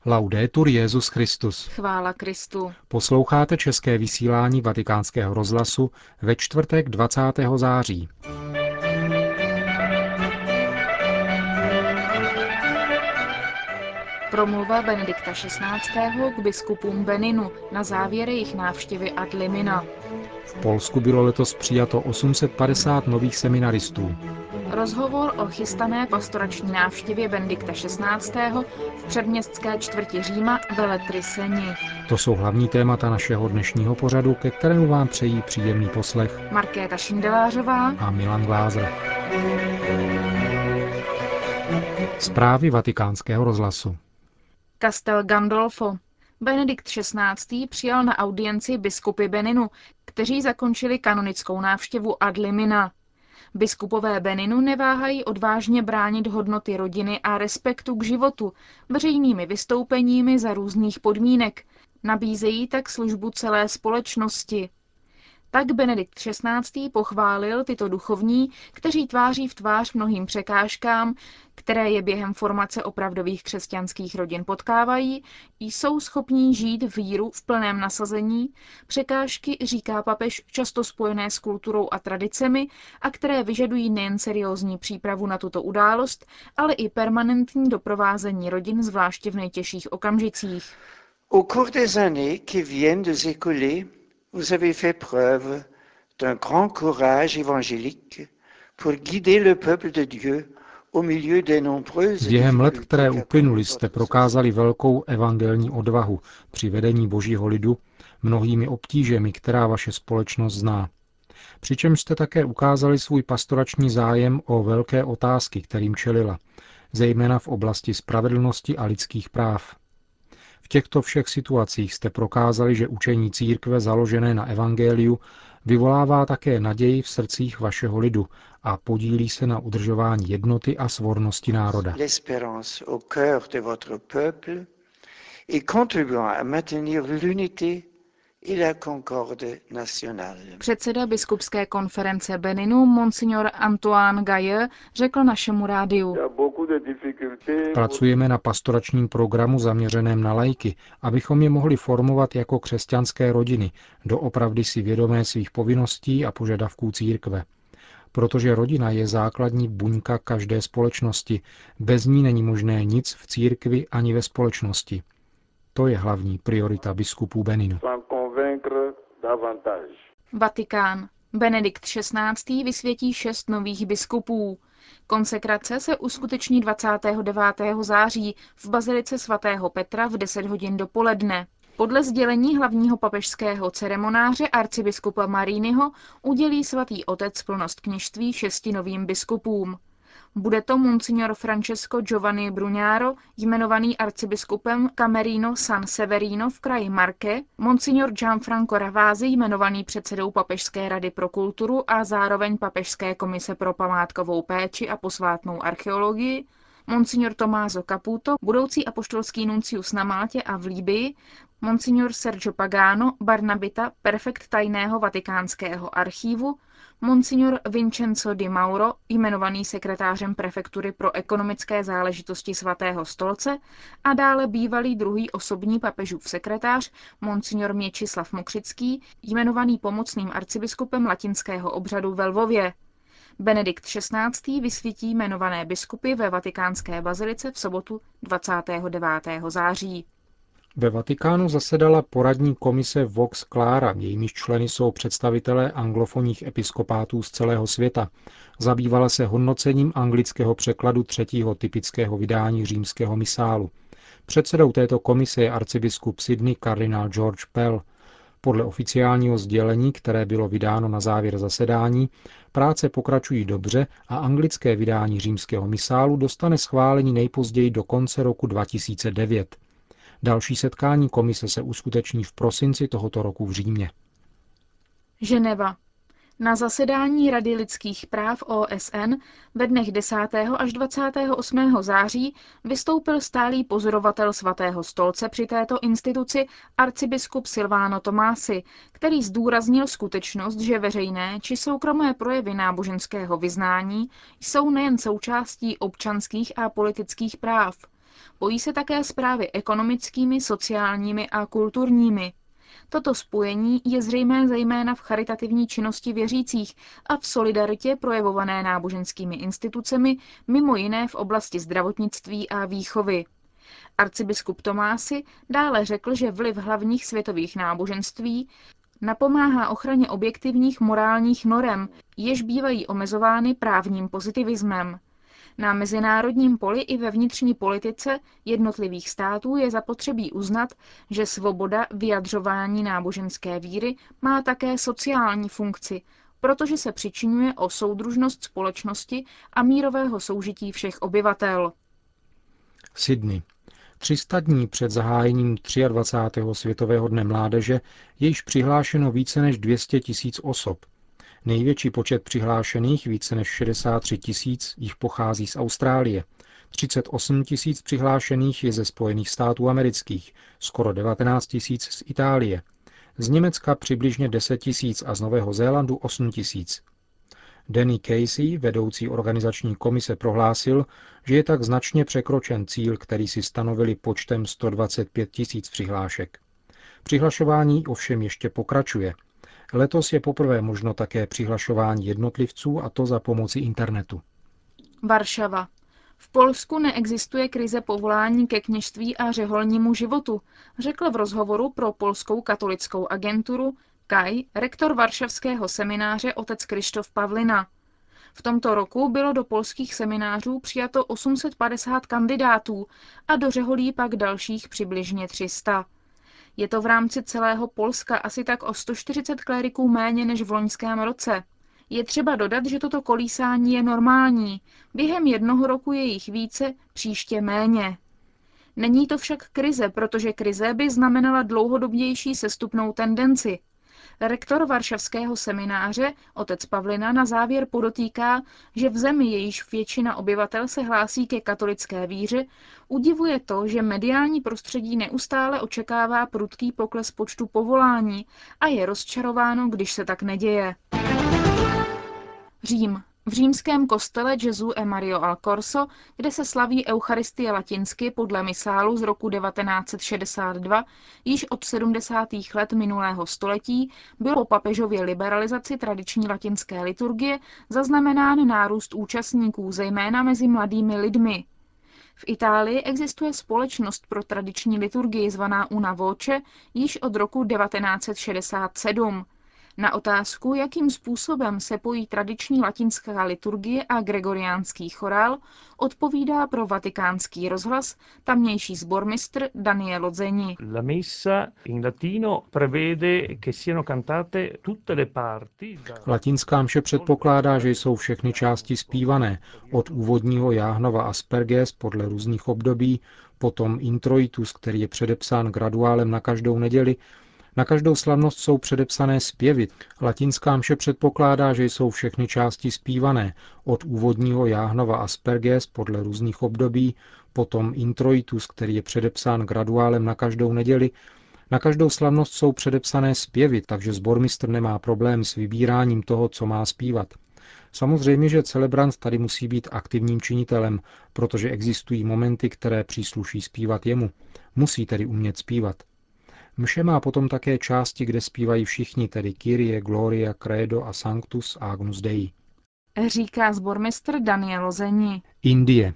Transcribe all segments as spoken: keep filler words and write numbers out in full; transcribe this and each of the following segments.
Laudetur Jesus Christus. Chvála Kristu. Posloucháte české vysílání Vatikánského rozhlasu ve čtvrtek dvacátého září. Promluva Benedikta šestnáctého. k biskupům Beninu na závěr jejich návštěvy ad limina. V Polsku bylo letos přijato osm set padesát nových seminaristů. Rozhovor o chystané pastorační návštěvě Benedikta šestnáctého. v předměstské čtvrti Říma Velletriseni. To jsou hlavní témata našeho dnešního pořadu, ke kterému vám přejí příjemný poslech Markéta Šindelářová a Milan Glázer. Zprávy Vatikánského rozhlasu. Castel Gandolfo. Benedikt šestnáctý. přijal na audienci biskupy Beninu, kteří zakončili kanonickou návštěvu ad limina. Biskupové Beninu neváhají odvážně bránit hodnoty rodiny a respektu k životu veřejnými vystoupeními za různých podmínek. Nabízejí tak službu celé společnosti. Tak Benedikt šestnáctý. pochválil tyto duchovní, kteří tváří v tvář mnohým překážkám, které je během formace opravdových křesťanských rodin potkávají, jsou schopní žít víru v plném nasazení, překážky, říká papež, často spojené s kulturou a tradicemi a které vyžadují nejen seriózní přípravu na tuto událost, ale i permanentní doprovázení rodin, zvláště v nejtěžších okamžicích. Au cours des années qui viennent de s'écouler, vous avez fait preuve d'un grand courage évangélique pour guider le peuple de Dieu au milieu des nombreuses Během let, které difficultés uplynuly, jste prokázali velkou evangelní odvahu při vedení Božího lidu mnohými obtížemi, která vaše společnost zná. Přičemž jste také ukázali svůj pastorační zájem o velké otázky, kterým čelila, zejména v oblasti spravedlnosti a lidských práv. V těchto všech situacích jste prokázali, že učení církve založené na evangeliu vyvolává také naději v srdcích vašeho lidu a podílí se na udržování jednoty a svornosti národa. L'espérance au cœur de votre peuple et contribuant à maintenir l'unité et la concorde nationale. Předseda biskupské konference Beninu, monsignor Antoine Gaye, řekl našemu rádiu. Pracujeme na pastoračním programu zaměřeném na laiky, abychom je mohli formovat jako křesťanské rodiny, doopravdy si vědomé svých povinností a požadavků církve. Protože rodina je základní buňka každé společnosti, bez ní není možné nic v církvi ani ve společnosti. To je hlavní priorita biskupů Beninu. Vatikán. Benedikt šestnáctý. vysvětí šest nových biskupů. Konsekrace se uskuteční dvacátého devátého září v bazilice svatého Petra v deset hodin dopoledne. Podle sdělení hlavního papežského ceremonáře arcibiskupa Mariniho udělí svatý otec plnost kněžství šesti novým biskupům. Bude to monsignor Francesco Giovanni Brugnaro, jmenovaný arcibiskupem Camerino San Severino v kraji Marche, monsignor Gianfranco Ravasi, jmenovaný předsedou Papežské rady pro kulturu a zároveň Papežské komise pro památkovou péči a posvátnou archeologii, monsignor Tommaso Caputo, budoucí apoštolský nuncius na Maltě a v Líbii, monsignor Sergio Pagano, Barnabita, prefekt tajného vatikánského archívu, monsignor Vincenzo Di Mauro, jmenovaný sekretářem prefektury pro ekonomické záležitosti svatého stolce, a dále bývalý druhý osobní papežův sekretář, monsignor Měčislav Mokřický, jmenovaný pomocným arcibiskupem latinského obřadu ve Lvově. Benedikt šestnáctý. vysvětí jmenované biskupy ve vatikánské bazilice v sobotu dvacátého devátého září. Ve Vatikánu zasedala poradní komise Vox Clara, jejímiž členy jsou představitelé anglofonních episkopátů z celého světa. Zabývala se hodnocením anglického překladu třetího typického vydání římského misálu. Předsedou této komise je arcibiskup Sydney kardinál George Pell. Podle oficiálního sdělení, které bylo vydáno na závěr zasedání, práce pokračují dobře a anglické vydání římského misálu dostane schválení nejpozději do konce roku dva tisíce devět. Další setkání komise se uskuteční v prosinci tohoto roku v Římě. Ženeva. Na zasedání Rady lidských práv O S N ve dnech desátého až dvacátého osmého září vystoupil stálý pozorovatel svatého stolce při této instituci arcibiskup Silvano Tomasi, který zdůraznil skutečnost, že veřejné či soukromé projevy náboženského vyznání jsou nejen součástí občanských a politických práv, Pojí se také s právy ekonomickými, sociálními a kulturními. Toto spojení je zřejmé zejména v charitativní činnosti věřících a v solidaritě projevované náboženskými institucemi, mimo jiné v oblasti zdravotnictví a výchovy. Arcibiskup Tomasi dále řekl, že vliv hlavních světových náboženství napomáhá ochraně objektivních morálních norem, jež bývají omezovány právním pozitivismem. Na mezinárodním poli i ve vnitřní politice jednotlivých států je zapotřebí uznat, že svoboda vyjadřování náboženské víry má také sociální funkci, protože se přičiňuje o soudružnost společnosti a mírového soužití všech obyvatel. Sydney. tři sta dní před zahájením dvacátého třetího Světového dne mládeže je již přihlášeno více než dvě stě tisíc osob. Největší počet přihlášených, více než šedesát tři tisíc, jich pochází z Austrálie. třicet osm tisíc přihlášených je ze Spojených států amerických, skoro devatenáct tisíc z Itálie. Z Německa přibližně deset tisíc a z Nového Zélandu osm tisíc. Danny Casey, vedoucí organizační komise, prohlásil, že je tak značně překročen cíl, který si stanovili počtem sto dvacet pět tisíc přihlášek. Přihlašování ovšem ještě pokračuje. Letos je poprvé možno také přihlašování jednotlivců, a to za pomoci internetu. Varšava. V Polsku neexistuje krize povolání ke kněžství a řeholnímu životu, řekl v rozhovoru pro polskou katolickou agenturu K A I rektor varšavského semináře otec Kryštof Pavlina. V tomto roku bylo do polských seminářů přijato osm set padesát kandidátů a do řeholí pak dalších přibližně tři sta. Je to v rámci celého Polska asi tak o sto čtyřicet klériků méně než v loňském roce. Je třeba dodat, že toto kolísání je normální. Během jednoho roku je jich více, příště méně. Není to však krize, protože krize by znamenala dlouhodobější sestupnou tendenci. Rektor varšavského semináře, otec Pavlina, na závěr podotýká, že v zemi, jejíž většina obyvatel se hlásí ke katolické víře, udivuje to, že mediální prostředí neustále očekává prudký pokles počtu povolání a je rozčarováno, když se tak neděje. Řím. V římském kostele Gesù e Maria al Corso, kde se slaví eucharistie latinsky podle misálu z roku devatenáct set šedesát dva, již od sedmdesátých let minulého století, bylo po papežově liberalizaci tradiční latinské liturgie zaznamenán nárůst účastníků, zejména mezi mladými lidmi. V Itálii existuje společnost pro tradiční liturgii zvaná Una Voce již od roku devatenáct set šedesát sedm. Na otázku, jakým způsobem se pojí tradiční latinská liturgie a gregoriánský chorál, odpovídá pro Vatikánský rozhlas tamnější sbormistr Danielo Zeni. La messa in latino prevede che siano cantate tutte le parti. Latinská mše předpokládá, že jsou všechny části zpívané, od úvodního jáhnova asperges podle různých období, potom introitus, který je předepsán graduálem na každou neděli. Na každou slavnost jsou předepsané zpěvy. Latinská mše předpokládá, že jsou všechny části zpívané, od úvodního jáhnova asperges podle různých období, potom introitus, který je předepsán graduálem na každou neděli. Na každou slavnost jsou předepsané zpěvy, takže sbormistr nemá problém s vybíráním toho, co má zpívat. Samozřejmě, že celebrant tady musí být aktivním činitelem, protože existují momenty, které přísluší zpívat jemu. Musí tedy umět zpívat. Mše má potom také části, kde zpívají všichni, tedy Kyrie, Gloria, Credo a Sanctus Agnus Dei. Říká sbormistr Danielo Zeni. Indie.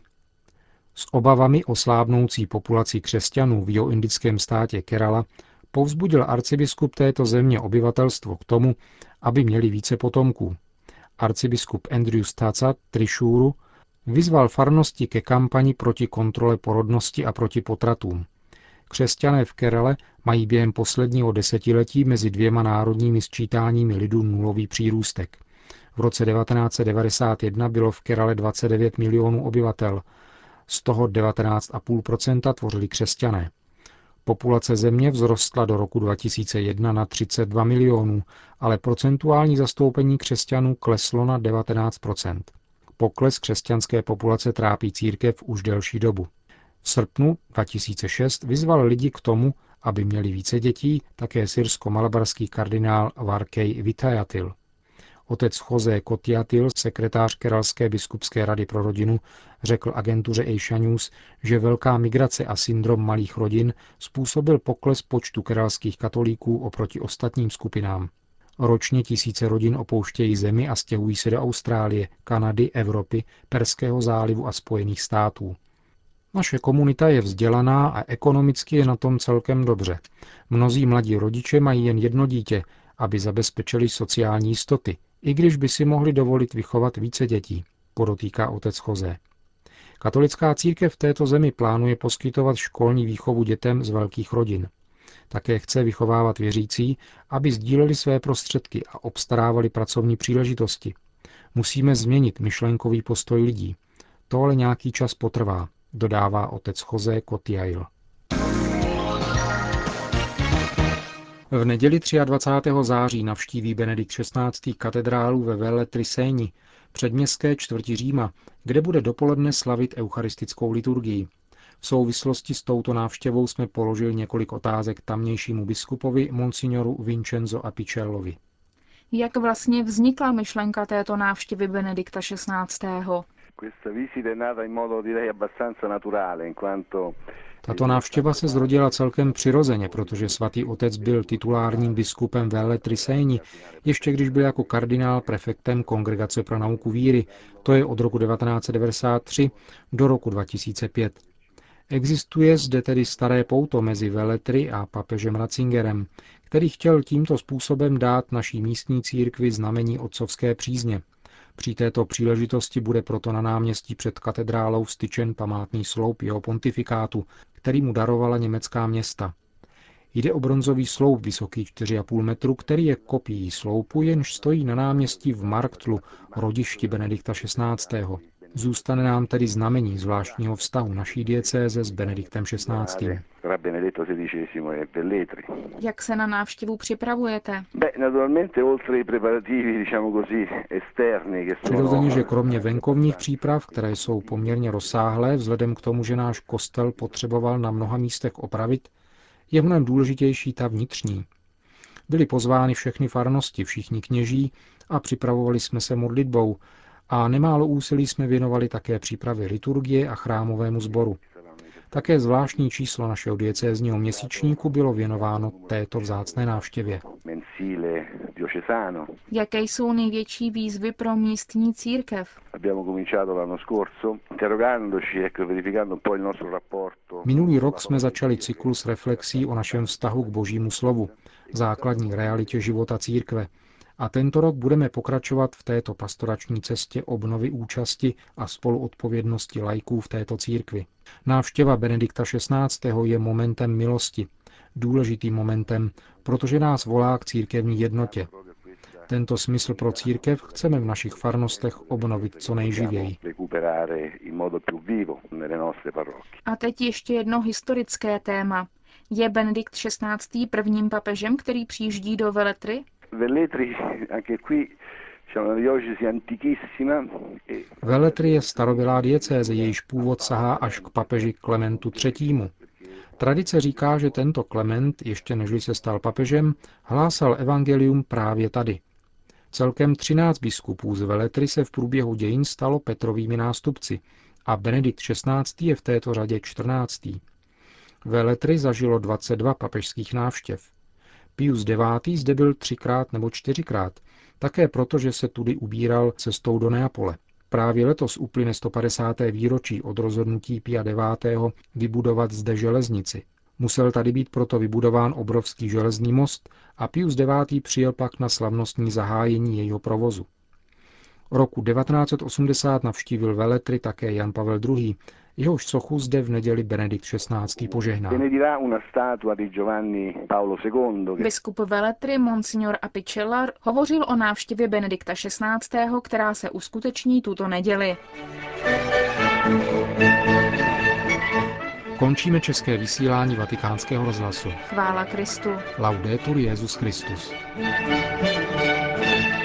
S obavami o slábnoucí populaci křesťanů v jihoindickém státě Kerala povzbudil arcibiskup této země obyvatelstvo k tomu, aby měli více potomků. Arcibiskup Andrew Staca Trishuru vyzval farnosti ke kampani proti kontrole porodnosti a proti potratům. Křesťané v Kerale mají během posledního desetiletí mezi dvěma národními sčítáními lidu nulový přírůstek. V roce devatenáct set devadesát jedna bylo v Kerale dvacet devět milionů obyvatel, z toho devatenáct celá pět procenta tvořili křesťané. Populace země vzrostla do roku dva tisíce jedna na třicet dva milionů, ale procentuální zastoupení křesťanů kleslo na devatenáct procent. Pokles křesťanské populace trápí církev už delší dobu. V srpnu dva tisíce šest vyzval lidi k tomu, aby měli více dětí, také syrsko-malabarský kardinál Varkej Vitajatil. Otec José Cotiatil, sekretář Keralské biskupské rady pro rodinu, řekl agentuře Asia News, že velká migrace a syndrom malých rodin způsobil pokles počtu keralských katolíků oproti ostatním skupinám. Ročně tisíce rodin opouštějí zemi a stěhují se do Austrálie, Kanady, Evropy, Perského zálivu a Spojených států. Naše komunita je vzdělaná a ekonomicky je na tom celkem dobře. Mnozí mladí rodiče mají jen jedno dítě, aby zabezpečili sociální jistoty, i když by si mohli dovolit vychovat více dětí, podotýká otec José. Katolická církev v této zemi plánuje poskytovat školní výchovu dětem z velkých rodin. Také chce vychovávat věřící, aby sdíleli své prostředky a obstarávali pracovní příležitosti. Musíme změnit myšlenkový postoj lidí. To ale nějaký čas potrvá, dodává otec José Cotiail. V neděli dvacátého třetího září navštíví Benedikt šestnáctý katedrálu ve Velletri Segni, předměstské čtvrti Říma, kde bude dopoledne slavit eucharistickou liturgii. V souvislosti s touto návštěvou jsme položili několik otázek tamnějšímu biskupovi monsignoru Vincenzo Apicellovi. Jak vlastně vznikla myšlenka této návštěvy Benedikta šestnáctého? Tato návštěva se zrodila celkem přirozeně, protože svatý otec byl titulárním biskupem Velletri Segni, ještě když byl jako kardinál prefektem Kongregace pro nauku víry, to je od roku devatenáct set devadesát tři do roku dva tisíce pět. Existuje zde tedy staré pouto mezi Velletri a papežem Ratzingerem, který chtěl tímto způsobem dát naší místní církvi znamení otcovské přízně. Při této příležitosti bude proto na náměstí před katedrálou styčen památný sloup jeho pontifikátu, který mu darovala německá města. Jde o bronzový sloup vysoký čtyři a půl metru, který je kopií sloupu, jenž stojí na náměstí v Marktlu, rodišti Benedikta šestnáctého. Zůstane nám tedy znamení zvláštního vztahu naší diecéze s Benediktem šestnáctým. Jak se na návštěvu připravujete? Přirozeně, že kromě venkovních příprav, které jsou poměrně rozsáhlé, vzhledem k tomu, že náš kostel potřeboval na mnoha místech opravit, je mnohem důležitější ta vnitřní. Byly pozvány všechny farnosti, všichni kněží a připravovali jsme se modlitbou a nemálo úsilí jsme věnovali také přípravě liturgie a chrámovému sboru. Také zvláštní číslo našeho diecézního měsíčníku bylo věnováno této vzácné návštěvě. Jaké jsou největší výzvy pro místní církev? Minulý rok jsme začali cyklus reflexí o našem vztahu k Božímu slovu, základní realitě života církve. A tento rok budeme pokračovat v této pastorační cestě obnovy účasti a spoluodpovědnosti laiků v této církvi. Návštěva Benedikta šestnáctého je momentem milosti, důležitým momentem, protože nás volá k církevní jednotě. Tento smysl pro církev chceme v našich farnostech obnovit co nejživěji. A teď ještě jedno historické téma. Je Benedikt šestnáctý prvním papežem, který přijíždí do Velletri? Velletri je starobylá diecéze, jejíž původ sahá až k papeži Klementu třetímu. Tradice říká, že tento Klement, ještě nežli se stal papežem, hlásal evangelium právě tady. Celkem třináct biskupů z Velletri se v průběhu dějin stalo Petrovými nástupci a Benedikt šestnáctý je v této řadě čtrnáctý. Velletri zažilo dvacet dva papežských návštěv. Pius devátý zde byl třikrát nebo čtyřikrát, také proto, že se tudy ubíral cestou do Neapole. Právě letos uplyne sto padesáté výročí od rozhodnutí Pia devátého vybudovat zde železnici. Musel tady být proto vybudován obrovský železný most a Pius devátý přijel pak na slavnostní zahájení jejího provozu. Roku devatenáct set osmdesát navštívil Velletri také Jan Pavel druhý., jehož sochu zde v neděli Benedikt šestnáctý požehná. Biskup Velletri Monsignor Apicella hovořil o návštěvě Benedikta šestnáctého., která se uskuteční tuto neděli. Končíme české vysílání Vatikánského rozhlasu. Chvála Kristu. Laudetur Jesus Christus.